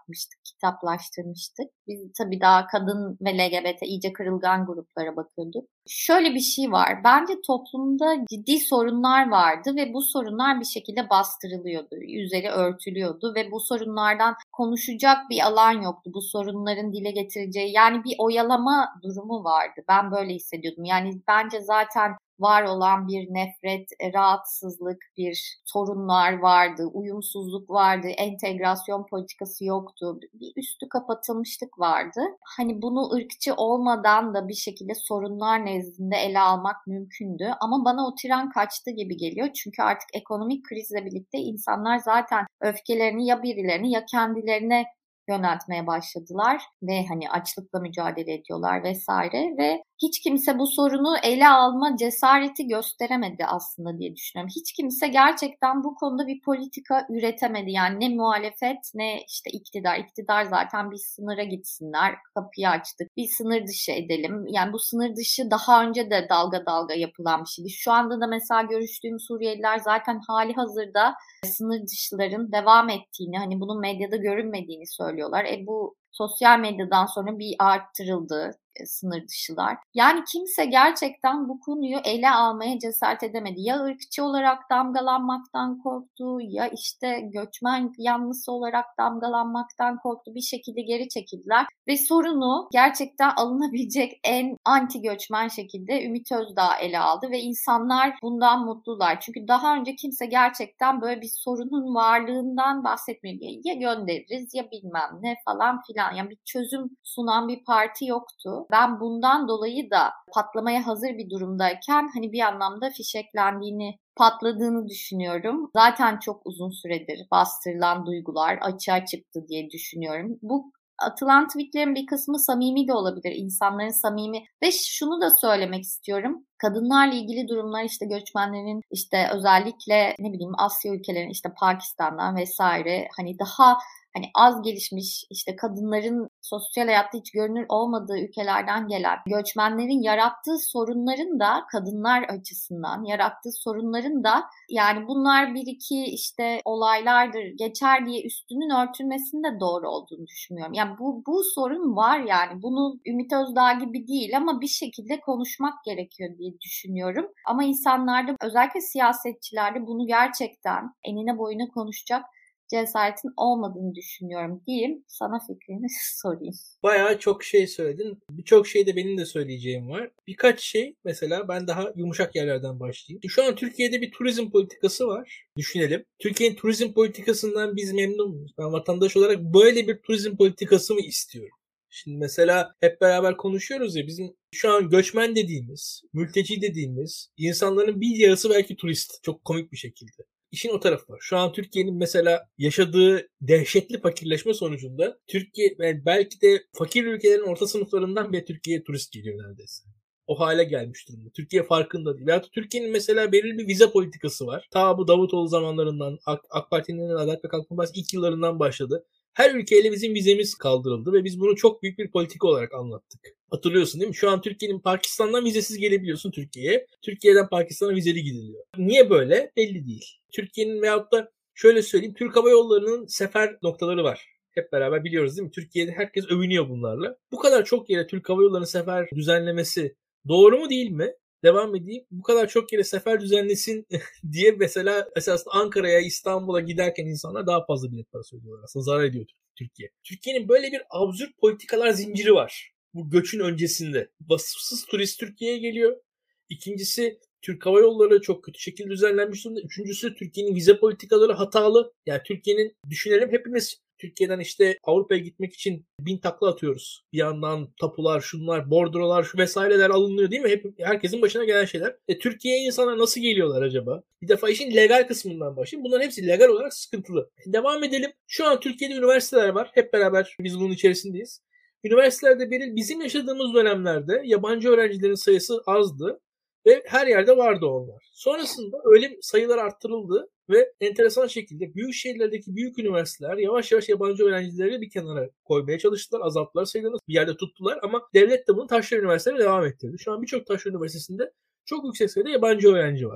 kitaplaştırmıştık. Biz tabii daha kadın ve LGBT iyice kırılgan gruplara bakıyorduk. Şöyle bir şey var. Bence toplumda ciddi sorunlar vardı ve bu sorunlar bir şekilde bastırılıyordu. Üzeri örtülüyordu ve bu sorunlardan konuşacak bir alan yoktu. Bu sorunların dile getireceği, yani bir oyalama durumu vardı. Ben böyle hissediyordum. Yani bence zaten var olan bir nefret, rahatsızlık, bir sorunlar vardı, uyumsuzluk vardı, entegrasyon politikası yoktu, bir üstü kapatılmışlık vardı. Hani bunu ırkçı olmadan da bir şekilde sorunlar nezdinde ele almak mümkündü. Ama bana o tren kaçtı gibi geliyor. Çünkü artık ekonomik krizle birlikte insanlar zaten öfkelerini ya birilerine ya kendilerine yöneltmeye başladılar ve hani açlıkla mücadele ediyorlar vesaire ve hiç kimse bu sorunu ele alma cesareti gösteremedi aslında diye düşünüyorum. Hiç kimse gerçekten bu konuda bir politika üretemedi. Yani ne muhalefet ne işte iktidar. İktidar zaten bir sınıra gitsinler, kapıyı açtık, bir sınır dışı edelim. Yani bu sınır dışı daha önce de dalga dalga yapılan bir şeydi. Şu anda da mesela görüştüğüm Suriyeliler zaten hali hazırda sınır dışıların devam ettiğini, hani bunun medyada görünmediğini söylüyorlar. Bu sosyal medyadan sonra bir arttırıldı sınır dışılar. Yani kimse gerçekten bu konuyu ele almaya cesaret edemedi. Ya ırkçı olarak damgalanmaktan korktu, ya işte göçmen yanlısı olarak damgalanmaktan korktu. Bir şekilde geri çekildiler ve sorunu gerçekten alınabilecek en anti göçmen şekilde Ümit Özdağ ele aldı ve insanlar bundan mutlular. Çünkü daha önce kimse gerçekten böyle bir sorunun varlığından bahsetmiyor. Ya göndeririz ya bilmem ne falan filan. Yani bir çözüm sunan bir parti yoktu. Ben bundan dolayı da patlamaya hazır bir durumdayken hani bir anlamda fişeklendiğini, patladığını düşünüyorum. Zaten çok uzun süredir bastırılan duygular açığa çıktı diye düşünüyorum. Bu atılan tweetlerin bir kısmı samimi de olabilir. İnsanların samimi ve şunu da söylemek istiyorum. Kadınlarla ilgili durumlar işte göçmenlerin işte özellikle ne bileyim Asya ülkelerinin işte Pakistan'dan vesaire hani daha hani az gelişmiş işte kadınların sosyal hayatta hiç görünür olmadığı ülkelerden gelen göçmenlerin yarattığı sorunların da kadınlar açısından yarattığı sorunların da yani bunlar bir iki işte olaylardır geçer diye üstünün örtülmesinin de doğru olduğunu düşünmüyorum. Yani bu sorun var yani bunu Ümit Özdağ gibi değil ama bir şekilde konuşmak gerekiyor diye düşünüyorum. Ama insanlarda özellikle siyasetçilerde bunu gerçekten enine boyuna konuşacak cesaretin olmadığını düşünüyorum diyeyim. Sana fikrini sorayım. Bayağı çok şey söyledin. Birçok şey de benim de söyleyeceğim var. Birkaç şey mesela ben daha yumuşak yerlerden başlayayım. Şu an Türkiye'de bir turizm politikası var. Düşünelim. Türkiye'nin turizm politikasından biz memnun muyuz? Ben vatandaş olarak böyle bir turizm politikası mı istiyorum? Şimdi mesela hep beraber konuşuyoruz ya bizim şu an göçmen dediğimiz, mülteci dediğimiz insanların bir yarısı belki turist. Çok komik bir şekilde. İşin o tarafı var. Şu an Türkiye'nin mesela yaşadığı dehşetli fakirleşme sonucunda Türkiye belki de fakir ülkelerin orta sınıflarından bile Türkiye'ye turist geliyor neredeyse. O hale gelmiş durumda. Türkiye farkında değil. Veyahut Türkiye'nin mesela belirli bir vize politikası var. Ta bu Davutoğlu zamanlarından AK Parti'nin Adalet ve Kalkınma Partisi ilk yıllarından başladı. Her ülkeyle bizim vizemiz kaldırıldı ve biz bunu çok büyük bir politika olarak anlattık. Hatırlıyorsun değil mi? Şu an Türkiye'nin Pakistan'dan vizesiz gelebiliyorsun Türkiye'ye. Türkiye'den Pakistan'a vizeli gidiliyor. Niye böyle? Belli değil. Türkiye'nin veyahut da şöyle söyleyeyim Türk Hava Yolları'nın sefer noktaları var. Hep beraber biliyoruz değil mi? Türkiye'de herkes övünüyor bunlarla. Bu kadar çok yere Türk Hava Yolları'nın sefer düzenlemesi doğru mu değil mi? Devam edeyim. Bu kadar çok yere sefer düzenlesin diye mesela esasında Ankara'ya, İstanbul'a giderken insanlar daha fazla bilet parası ödüyorlar. Aslında zarar ediyor Türkiye. Türkiye'nin böyle bir absürt politikalar zinciri var. Bu göçün öncesinde. Vasıfsız turist Türkiye'ye geliyor. İkincisi Türk Hava Yolları çok kötü şekilde düzenlenmiş durumda. Üçüncüsü Türkiye'nin vize politikaları hatalı. Yani Türkiye'nin düşünelim hepimiz Türkiye'den işte Avrupa'ya gitmek için 1000 takla atıyoruz. Bir yandan tapular, şunlar, bordrolar, şu vesaireler alınıyor değil mi? Herkesin başına gelen şeyler. Türkiye'ye insanlar nasıl geliyorlar acaba? Bir defa işin legal kısmından başlayayım. Bunların hepsi legal olarak sıkıntılı. Devam edelim. Şu an Türkiye'de üniversiteler var. Hep beraber biz bunun içerisindeyiz. Üniversitelerde bizim yaşadığımız dönemlerde yabancı öğrencilerin sayısı azdı. Ve her yerde vardı onlar. Sonrasında öyle sayılar arttırıldı ve enteresan şekilde büyük şehirlerdeki büyük üniversiteler yavaş yavaş yabancı öğrencileri bir kenara koymaya çalıştılar. Azalttılar sayılarını bir yerde tuttular ama devlet de bunu taşra üniversitelerine devam ettirdi. Şu an birçok taşra üniversitesinde çok yüksek sayıda yabancı öğrenci var.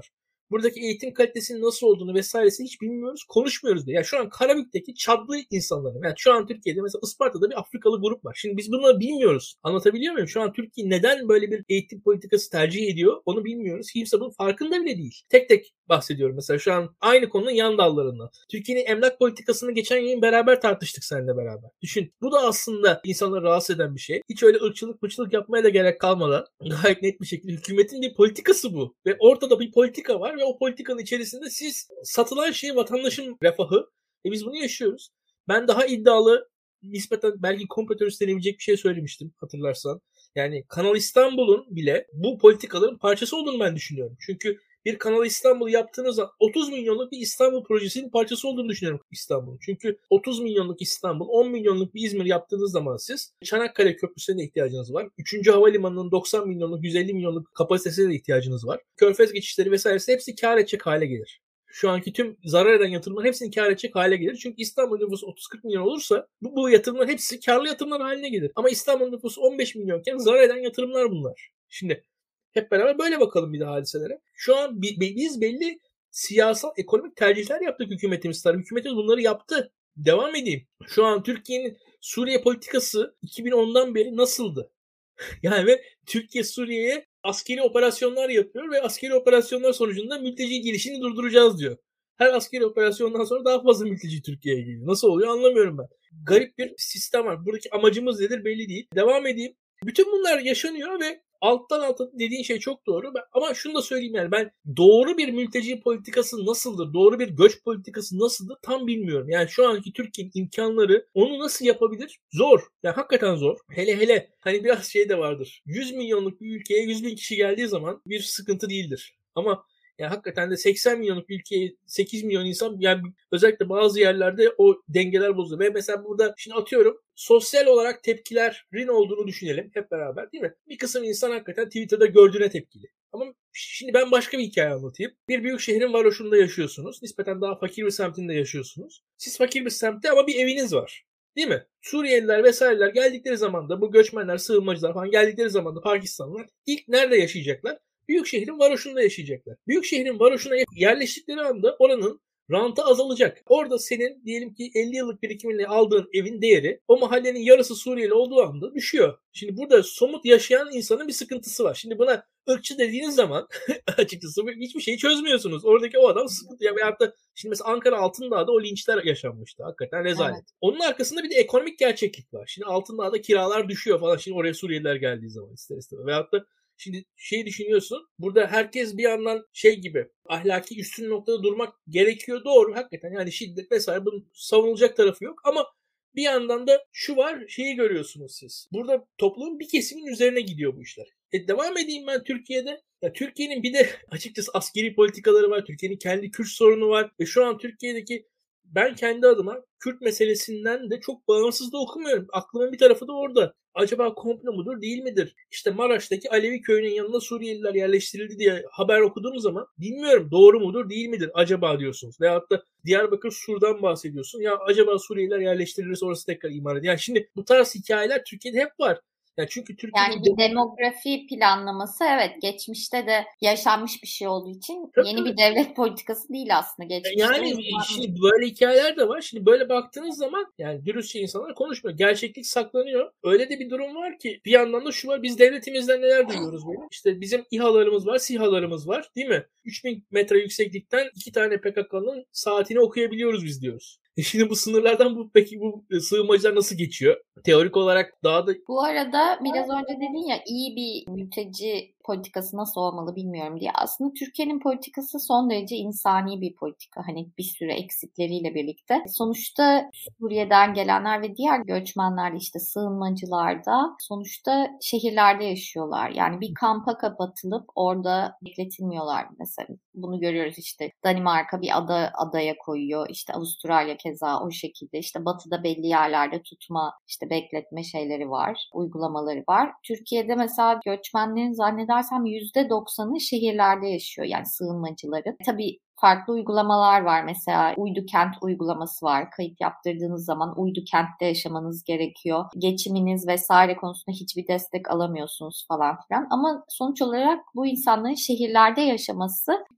buradaki eğitim kalitesinin nasıl olduğunu vesairesini hiç bilmiyoruz, konuşmuyoruz da. Yani şu an Karabük'teki Çadlı insanların, yani şu an Türkiye'de mesela Isparta'da bir Afrikalı grup var. Şimdi biz bunları bilmiyoruz. Anlatabiliyor muyum? Şu an Türkiye neden böyle bir eğitim politikası tercih ediyor onu bilmiyoruz. Kimse bunun farkında bile değil. Tek tek bahsediyorum mesela şu an aynı konunun yan dallarından. Türkiye'nin emlak politikasını geçen yayın beraber tartıştık seninle beraber. Düşün. Bu da aslında insanları rahatsız eden bir şey. Hiç öyle ırkçılık mıçılık yapmaya da gerek kalmadan gayet net bir şekilde hükümetin bir politikası bu. Ve ortada bir politika var ve o politikanın içerisinde siz satılan şey vatandaşın refahı. Biz bunu yaşıyoruz. Ben daha iddialı nispeten belki komplo teorisi denebilecek bir şey söylemiştim hatırlarsan. Yani Kanal İstanbul'un bile bu politikaların parçası olduğunu ben düşünüyorum. Çünkü bir Kanal İstanbul yaptığınız zaman 30 milyonluk bir İstanbul projesinin parçası olduğunu düşünüyorum İstanbul'un. Çünkü 30 milyonluk İstanbul, 10 milyonluk bir İzmir yaptığınız zaman siz Çanakkale Köprüsü'ne de ihtiyacınız var. 3. Havalimanı'nın 90 milyonluk, 150 milyonluk kapasitesine de ihtiyacınız var. Körfez geçişleri vesairesi hepsi kar edecek hale gelir. Şu anki tüm zarar eden yatırımların hepsini kar edecek hale gelir. Çünkü İstanbul nüfusu 30-40 milyon olursa bu yatırımların hepsi karlı yatırımlar haline gelir. Ama İstanbul nüfusu 15 milyonken zarar eden yatırımlar bunlar. Şimdi hep beraber böyle bakalım bir de hadiselere. Şu an biz belli siyasal, ekonomik tercihler yaptık hükümetimiz tarafından. Hükümetimiz bunları yaptı. Devam edeyim. Şu an Türkiye'nin Suriye politikası 2010'dan beri nasıldı? Yani ve Türkiye Suriye'ye askeri operasyonlar yapıyor ve askeri operasyonlar sonucunda mülteci girişini durduracağız diyor. Her askeri operasyondan sonra daha fazla mülteci Türkiye'ye geliyor. Nasıl oluyor anlamıyorum ben. Garip bir sistem var. Buradaki amacımız nedir belli değil. Devam edeyim. Bütün bunlar yaşanıyor ve alttan alta dediğin şey çok doğru. Ama şunu da söyleyeyim yani ben doğru bir mülteci politikası nasıldır, doğru bir göç politikası nasıldır tam bilmiyorum. Yani şu anki Türkiye'nin imkanları onu nasıl yapabilir? Zor. Yani hakikaten zor. Hele hani biraz şey de vardır. 100 milyonluk bir ülkeye 100 bin kişi geldiği zaman bir sıkıntı değildir. Ama yani hakikaten de 80 milyonluk bir ülkeye 8 milyon insan yani özellikle bazı yerlerde o dengeler bozuluyor. Ve mesela burada şimdi atıyorum sosyal olarak tepkilerin olduğunu düşünelim hep beraber değil mi? Bir kısım insan hakikaten Twitter'da gördüğüne tepkili. Ama şimdi ben başka bir hikaye anlatayım. Bir büyük şehrin varoşunda yaşıyorsunuz. Nispeten daha fakir bir semtinde yaşıyorsunuz. Siz fakir bir semtte ama bir eviniz var. Değil mi? Suriyeliler vesaireler geldikleri zaman da bu göçmenler, sığınmacılar falan geldikleri zaman da Pakistanlılar ilk nerede yaşayacaklar? Büyük şehrin varoşunda yaşayacaklar. Büyük şehrin varoşuna yerleştikleri anda oranın rantı azalacak. Orada senin diyelim ki 50 yıllık birikiminle aldığın evin değeri o mahallenin yarısı Suriyeli olduğu anda düşüyor. Şimdi burada somut yaşayan insanın bir sıkıntısı var. Şimdi buna ırkçı dediğiniz zaman açıkçası hiçbir şeyi çözmüyorsunuz. Oradaki o adam sıkıntı ya veyahut da şimdi mesela Ankara Altındağ'da o linçler yaşanmıştı. Hakikaten rezalet. Evet. Onun arkasında bir de ekonomik gerçeklik var. Şimdi Altındağ'da kiralar düşüyor falan. Şimdi oraya Suriyeliler geldiği zaman ister istemez. Veyahut da şimdi şey düşünüyorsun. Burada herkes bir yandan şey gibi ahlaki üstün noktada durmak gerekiyor. Doğru hakikaten yani şiddet vesaire bunun savunulacak tarafı yok ama bir yandan da şu var şeyi görüyorsunuz siz. Burada toplumun bir kesimin üzerine gidiyor bu işler. Devam edeyim ben Türkiye'de. Ya Türkiye'nin bir de açıkçası askeri politikaları var. Türkiye'nin kendi Kürt sorunu var. Ve şu an Türkiye'deki ben kendi adıma Kürt meselesinden de çok bağımsız da okumuyorum. Aklımın bir tarafı da orada. Acaba komplo mudur değil midir? İşte Maraş'taki Alevi köyünün yanına Suriyeliler yerleştirildi diye haber okuduğum zaman bilmiyorum doğru mudur değil midir acaba diyorsunuz. Veyahut da Diyarbakır Sur'dan bahsediyorsun. Ya acaba Suriyeliler yerleştirilirse orası tekrar imar edilir. Yani şimdi bu tarz hikayeler Türkiye'de hep var. Yani çünkü Türkiye'de yani bir demografi planlaması evet geçmişte de yaşanmış bir şey olduğu için yeni bir devlet politikası değil aslında geçmişte. Yani şimdi böyle hikayeler de var. Şimdi böyle baktığınız zaman yani dürüstçe insanlar konuşmuyor. Gerçeklik saklanıyor. Öyle de bir durum var ki bir yandan da şu var. Biz devletimizden neler duyuyoruz böyle? İşte bizim İHA'larımız var, SİHA'larımız var değil mi? 3000 metre yükseklikten 2 tane PKK'nın saatini okuyabiliyoruz biz diyoruz. Şimdi bu sınırlardan peki bu sığınmacılar nasıl geçiyor? Teorik olarak daha da... Bu arada biraz önce dedin ya iyi bir mülteci politikası nasıl olmalı bilmiyorum diye. Aslında Türkiye'nin politikası son derece insani bir politika. Hani bir sürü eksikleriyle birlikte. Sonuçta Suriye'den gelenler ve diğer göçmenler işte sığınmacılar da sonuçta şehirlerde yaşıyorlar. Yani bir kampa kapatılıp orada bekletilmiyorlar mesela. Bunu görüyoruz işte Danimarka bir adaya koyuyor. İşte Avustralya keza o şekilde. İşte batıda belli yerlerde tutma, işte bekletme şeyleri var, uygulamaları var. Türkiye'de mesela göçmenlerin zannedersem %90'ı şehirlerde yaşıyor yani sığınmacıların. Tabii farklı uygulamalar var. Mesela uydu kent uygulaması var. Kayıt yaptırdığınız zaman uydu kentte yaşamanız gerekiyor. Geçiminiz vesaire konusunda hiçbir destek alamıyorsunuz falan filan. Ama sonuç olarak bu insanların şehirlerde yaşaması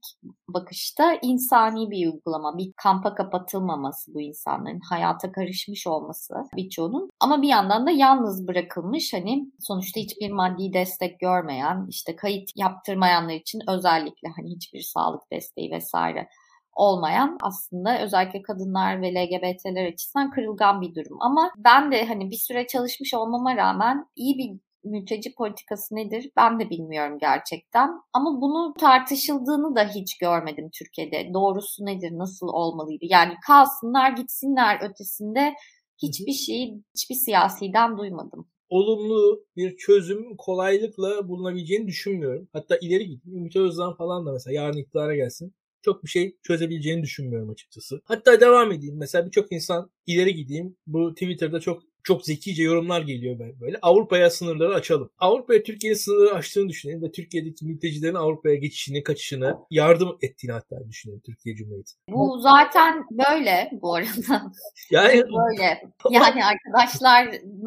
bakışta insani bir uygulama. Bir kampa kapatılmaması, bu insanların hayata karışmış olması birçoğunun. Ama bir yandan da yalnız bırakılmış, hani sonuçta hiçbir maddi destek görmeyen, işte kayıt yaptırmayanlar için özellikle hani hiçbir sağlık desteği vesaire olmayan, aslında özellikle kadınlar ve LGBT'ler açısından kırılgan bir durum. Ama ben de hani bir süre çalışmış olmama rağmen iyi bir mülteci politikası nedir ben de bilmiyorum gerçekten. Ama bunu tartışıldığını da hiç görmedim Türkiye'de. Doğrusu nedir, nasıl olmalıydı? Yani kalsınlar gitsinler ötesinde hiçbir şeyi, hiçbir siyasiden duymadım. Olumlu bir çözüm kolaylıkla bulunabileceğini düşünmüyorum. Hatta ileri gideyim. Ümit Özdağ falan da mesela yarın iktidara gelsin, çok bir şey çözebileceğini düşünmüyorum açıkçası. Hatta devam edeyim. Mesela birçok insan, ileri gideyim. Bu Twitter'da çok zekice yorumlar geliyor böyle. Avrupa'ya sınırları açalım. Avrupa'ya Türkiye'nin sınırları açtığını düşünelim ve Türkiye'deki mültecilerin Avrupa'ya geçişini, kaçışını yardım ettiğini hatta düşünelim Türkiye Cumhuriyeti. Bu zaten böyle bu arada. Yani böyle. Yani arkadaşlar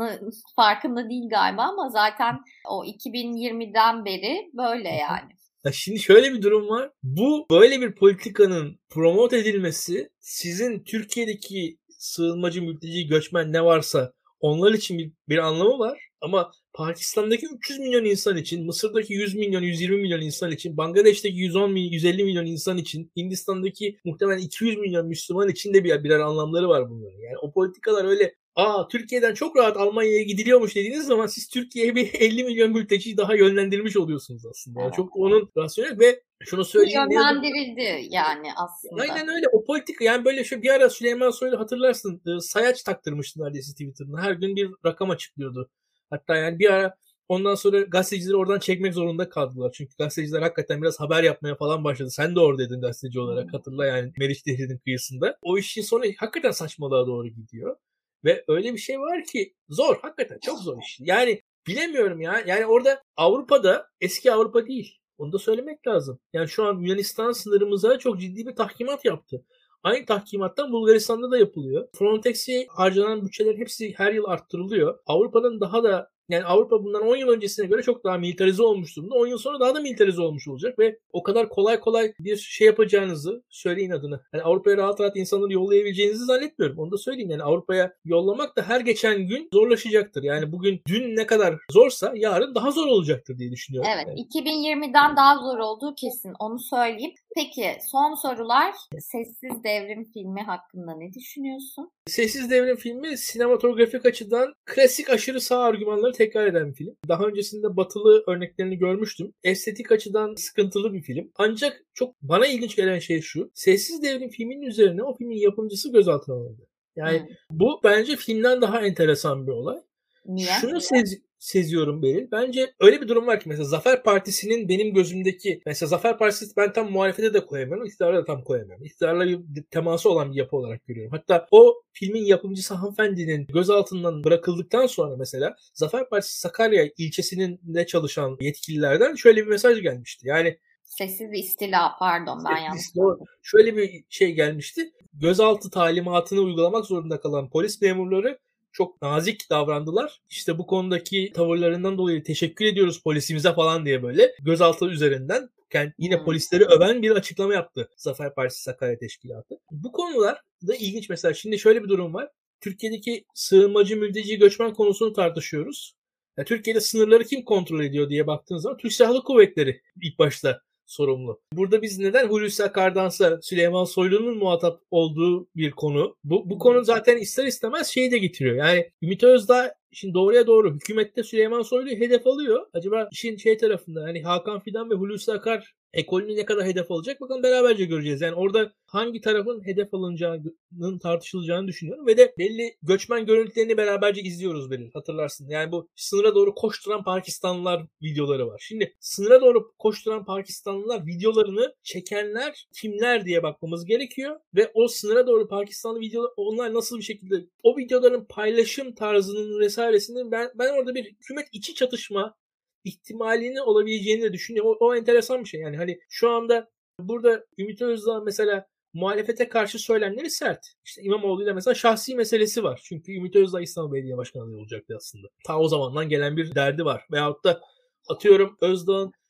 farkında değil galiba ama zaten o 2020'den beri böyle yani. Ya şimdi şöyle bir durum var. Bu böyle bir politikanın promote edilmesi sizin Türkiye'deki sığınmacı, mülteci, göçmen ne varsa onlar için bir anlamı var. Ama Pakistan'daki 300 milyon insan için, Mısır'daki 100 milyon, 120 milyon insan için, Bangladeş'teki 110 milyon, 150 milyon insan için, Hindistan'daki muhtemelen 200 milyon Müslüman için de birer anlamları var bunların. Yani o politikalar öyle Türkiye'den çok rahat Almanya'ya gidiliyormuş dediğiniz zaman siz Türkiye'ye bir 50 milyon mülteciyi daha yönlendirmiş oluyorsunuz aslında. Evet. Çok onun rasyonel ve şunu söyleyeyim. Yönlendirildi yani aslında. Aynen öyle. O politika yani böyle bir ara Süleyman Soylu hatırlarsın sayaç taktırmıştı neredeyse Twitter'ına. Her gün bir rakam açıklıyordu. Hatta yani bir ara ondan sonra gazetecileri oradan çekmek zorunda kaldılar. Çünkü gazeteciler hakikaten biraz haber yapmaya falan başladı. Sen de oradaydın gazeteci olarak, hatırla yani, Meriç Nehri'nin kıyısında. O işin sonu hakikaten saçmalığa doğru gidiyor. Ve öyle bir şey var ki zor. Hakikaten çok zor iş. Yani bilemiyorum ya. Yani orada Avrupa'da eski Avrupa değil. Onu da söylemek lazım. Yani şu an Yunanistan sınırımıza çok ciddi bir tahkimat yaptı. Aynı tahkimattan Bulgaristan'da da yapılıyor. Frontex'e harcanan bütçelerin hepsi her yıl arttırılıyor. Avrupa'nın daha da, yani Avrupa bundan 10 yıl öncesine göre çok daha militarize olmuş durumda. 10 yıl sonra daha da militarize olmuş olacak ve o kadar kolay bir şey yapacağınızı, söyleyin adını, yani Avrupa'ya rahat rahat insanları yollayabileceğinizi zannetmiyorum. Onu da söyleyeyim. Yani Avrupa'ya yollamak da her geçen gün zorlaşacaktır. Yani bugün dün ne kadar zorsa yarın daha zor olacaktır diye düşünüyorum. Evet, Yani 2020'den daha zor olduğu kesin, onu söyleyeyim. Peki son sorular, Sessiz Devrim filmi hakkında ne düşünüyorsun? Sessiz Devrim filmi sinematografik açıdan klasik aşırı sağ argümanları tekrar eden bir film. Daha öncesinde batılı örneklerini görmüştüm. Estetik açıdan sıkıntılı bir film. Ancak çok bana ilginç gelen şey şu. Sessiz Devrim filminin üzerine o filmin yapımcısı gözaltına alındı. Yani bu bence filmden daha enteresan bir olay. Niye? Şunu seziyorum Beril. Bence öyle bir durum var ki mesela Zafer Partisi'nin benim gözümdeki, mesela Zafer Partisi ben tam muhalefete de koyamıyorum, iktidara da tam koyamıyorum. İktidarla bir teması olan bir yapı olarak görüyorum. Hatta o filmin yapımcısı hanımefendinin gözaltından bırakıldıktan sonra mesela Zafer Partisi Sakarya ilçesinin de çalışan yetkililerden şöyle bir mesaj gelmişti. Yani Sessiz istila, pardon ben yanlış. Şöyle bir şey gelmişti. Gözaltı talimatını uygulamak zorunda kalan polis memurları çok nazik davrandılar. İşte bu konudaki tavırlarından dolayı teşekkür ediyoruz polisimize falan diye böyle gözaltı üzerinden yine polisleri öven bir açıklama yaptı Zafer Partisi Sakarya Teşkilatı. Bu konular da ilginç. Mesela şimdi şöyle bir durum var. Türkiye'deki sığınmacı, mülteci, göçmen konusunu tartışıyoruz. Ya Türkiye'de sınırları kim kontrol ediyor diye baktığınız zaman Türk Silahlı Kuvvetleri ilk başta sorumlu. Burada biz neden Hulusi Akar'dansa Süleyman Soylu'nun muhatap olduğu bir konu. Bu konu zaten ister istemez şeyi de getiriyor. Yani Ümit Özdağ şimdi doğruya doğru hükümette Süleyman Soylu'yu hedef alıyor. Acaba işin tarafında hani Hakan Fidan ve Hulusi Akar ekolünü ne kadar hedef alacak? Bakalım beraberce göreceğiz. Yani orada hangi tarafın hedef alınacağının tartışılacağını düşünüyorum. Ve de belli göçmen görüntülerini beraberce izliyoruz Beril. Hatırlarsın. Yani bu sınıra doğru koşturan Pakistanlılar videoları var. Şimdi sınıra doğru koşturan Pakistanlılar videolarını çekenler kimler diye bakmamız gerekiyor. Ve o sınıra doğru Pakistanlı videolar, onlar nasıl bir şekilde, o videoların paylaşım tarzının vesairesinin ben orada bir hükümet içi çatışma ihtimalini olabileceğini de düşünüyorum. O enteresan bir şey. Yani hani şu anda burada Ümit Özdağ mesela muhalefete karşı söylemleri sert. İşte İmamoğlu'yla mesela şahsi meselesi var. Çünkü Ümit Özdağ İstanbul Belediye Başkanı olacaktı aslında. Ta o zamandan gelen bir derdi var. Veyahut da atıyorum Özdağ'ın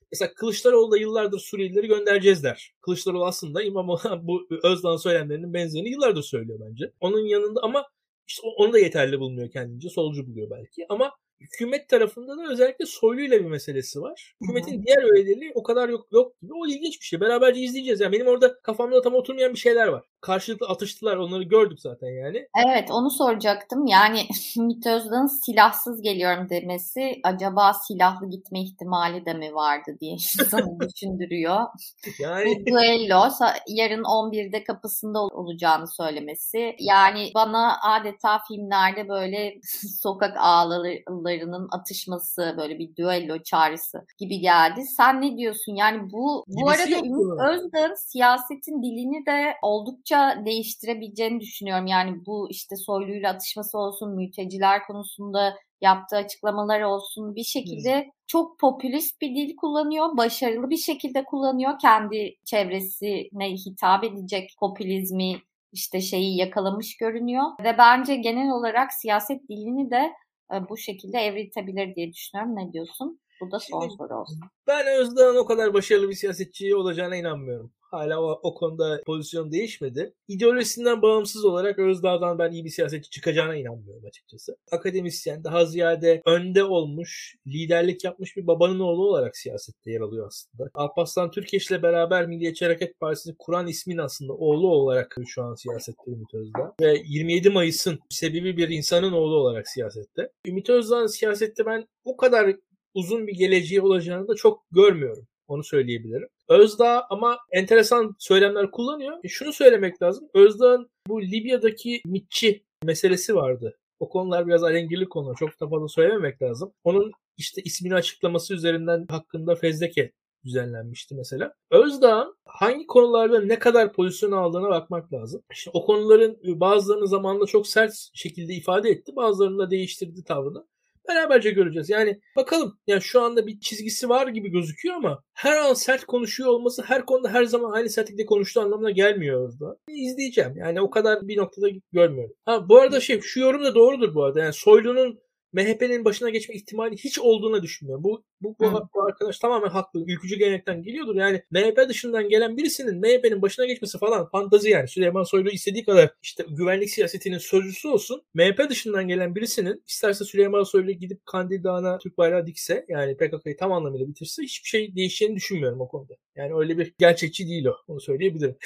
Mesela Kılıçdaroğlu da yıllardır Suriyelileri göndereceğiz der. Kılıçdaroğlu aslında İmamoğlu bu Özdağ'ın söylemlerinin benzerini yıllardır söylüyor bence. Onun yanında ama işte onu da yeterli bulmuyor kendince. Solcu buluyor belki. Ama hükümet tarafında da özellikle Soylu'yla bir meselesi var. Hükümetin diğer üyeleri o kadar yok gibi. O ilginç bir şey. Beraberce izleyeceğiz. Yani benim orada kafamda tam oturmayan bir şeyler var. Karşılıklı atıştılar. Onları gördük zaten yani. Evet, onu soracaktım. Yani Ümit Özdağ'ın silahsız geliyorum demesi acaba silahlı gitme ihtimali de mi vardı diye insanı düşündürüyor. Yani... Bu duello yarın 11'de kapısında olacağını söylemesi. Yani bana adeta filmlerde böyle sokak ağalarının atışması, böyle bir düello çağrısı gibi geldi. Sen ne diyorsun? Yani bu arada Ümit Özdağ'ın siyasetin dilini de oldukça değiştirebileceğini düşünüyorum. Yani bu işte Soylu'yla atışması olsun, mülteciler konusunda yaptığı açıklamalar olsun, bir şekilde çok popülist bir dil kullanıyor, başarılı bir şekilde kullanıyor. Kendi çevresine hitap edecek popülizmi işte şeyi yakalamış görünüyor ve bence genel olarak siyaset dilini de bu şekilde evriltebilir diye düşünüyorum. Ne diyorsun? Bu da son soru olsun. Ben Özdağ'ın o kadar başarılı bir siyasetçi olacağına inanmıyorum. Hala o konuda pozisyon değişmedi. İdeolojisinden bağımsız olarak Özdağ'dan ben iyi bir siyasetçi çıkacağına inanmıyorum açıkçası. Akademisyen, daha ziyade önde olmuş, liderlik yapmış bir babanın oğlu olarak siyasette yer alıyor aslında. Alparslan Türkeş'le beraber Milliyetçi Hareket Partisi'ni kuran ismin aslında oğlu olarak şu an siyasette Ümit Özdağ. Ve 27 Mayıs'ın sebebi bir insanın oğlu olarak siyasette. Ümit Özdağ'ın siyasette ben o kadar uzun bir geleceği olacağını da çok görmüyorum. Onu söyleyebilirim. Özdağ ama enteresan söylemler kullanıyor. Şunu söylemek lazım. Özdağ'ın bu Libya'daki MİTçi meselesi vardı. O konular biraz alengirli konu. Çok da fazla söylememek lazım. Onun işte ismini açıklaması üzerinden hakkında fezleke düzenlenmişti mesela. Özdağ'ın hangi konularda ne kadar pozisyon aldığına bakmak lazım. İşte o konuların bazılarını zamanında çok sert şekilde ifade etti. Bazılarını da değiştirdi tavrını. Beraberce göreceğiz. Yani bakalım. Yani şu anda bir çizgisi var gibi gözüküyor ama her an sert konuşuyor olması her konuda her zaman aynı sertlikle konuştuğu anlamına gelmiyor orada. İzleyeceğim. Yani o kadar bir noktada görmüyorum. Ha bu arada şu yorum da doğrudur bu arada. Yani Soylu'nun MHP'nin başına geçme ihtimali hiç olduğunu düşünmüyorum. Bu arkadaş tamamen haklı. Ülkücü gelenekten geliyordur. Yani MHP dışından gelen birisinin MHP'nin başına geçmesi falan fantazi yani. Süleyman Soylu istediği kadar işte güvenlik siyasetinin sözcüsü olsun. MHP dışından gelen birisinin isterse Süleyman Soylu gidip Kandil Dağı'na Türk bayrağı dikse yani PKK'yı tam anlamıyla bitirse hiçbir şey değişeceğini düşünmüyorum o konuda. Yani öyle bir gerçekçi değil o. Onu söyleyebilirim.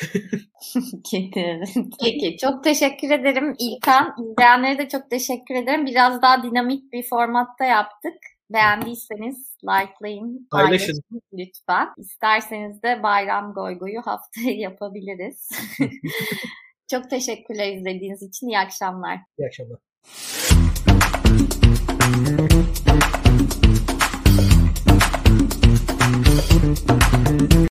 Peki. Çok teşekkür ederim İlkan. İzleyenlere de çok teşekkür ederim. Biraz daha dinamik bir formatta yaptık. Beğendiyseniz likelayın, paylaşın lütfen. İsterseniz de bayram goygoyu haftaya yapabiliriz. Çok teşekkürler izlediğiniz için. İyi akşamlar. İyi akşamlar.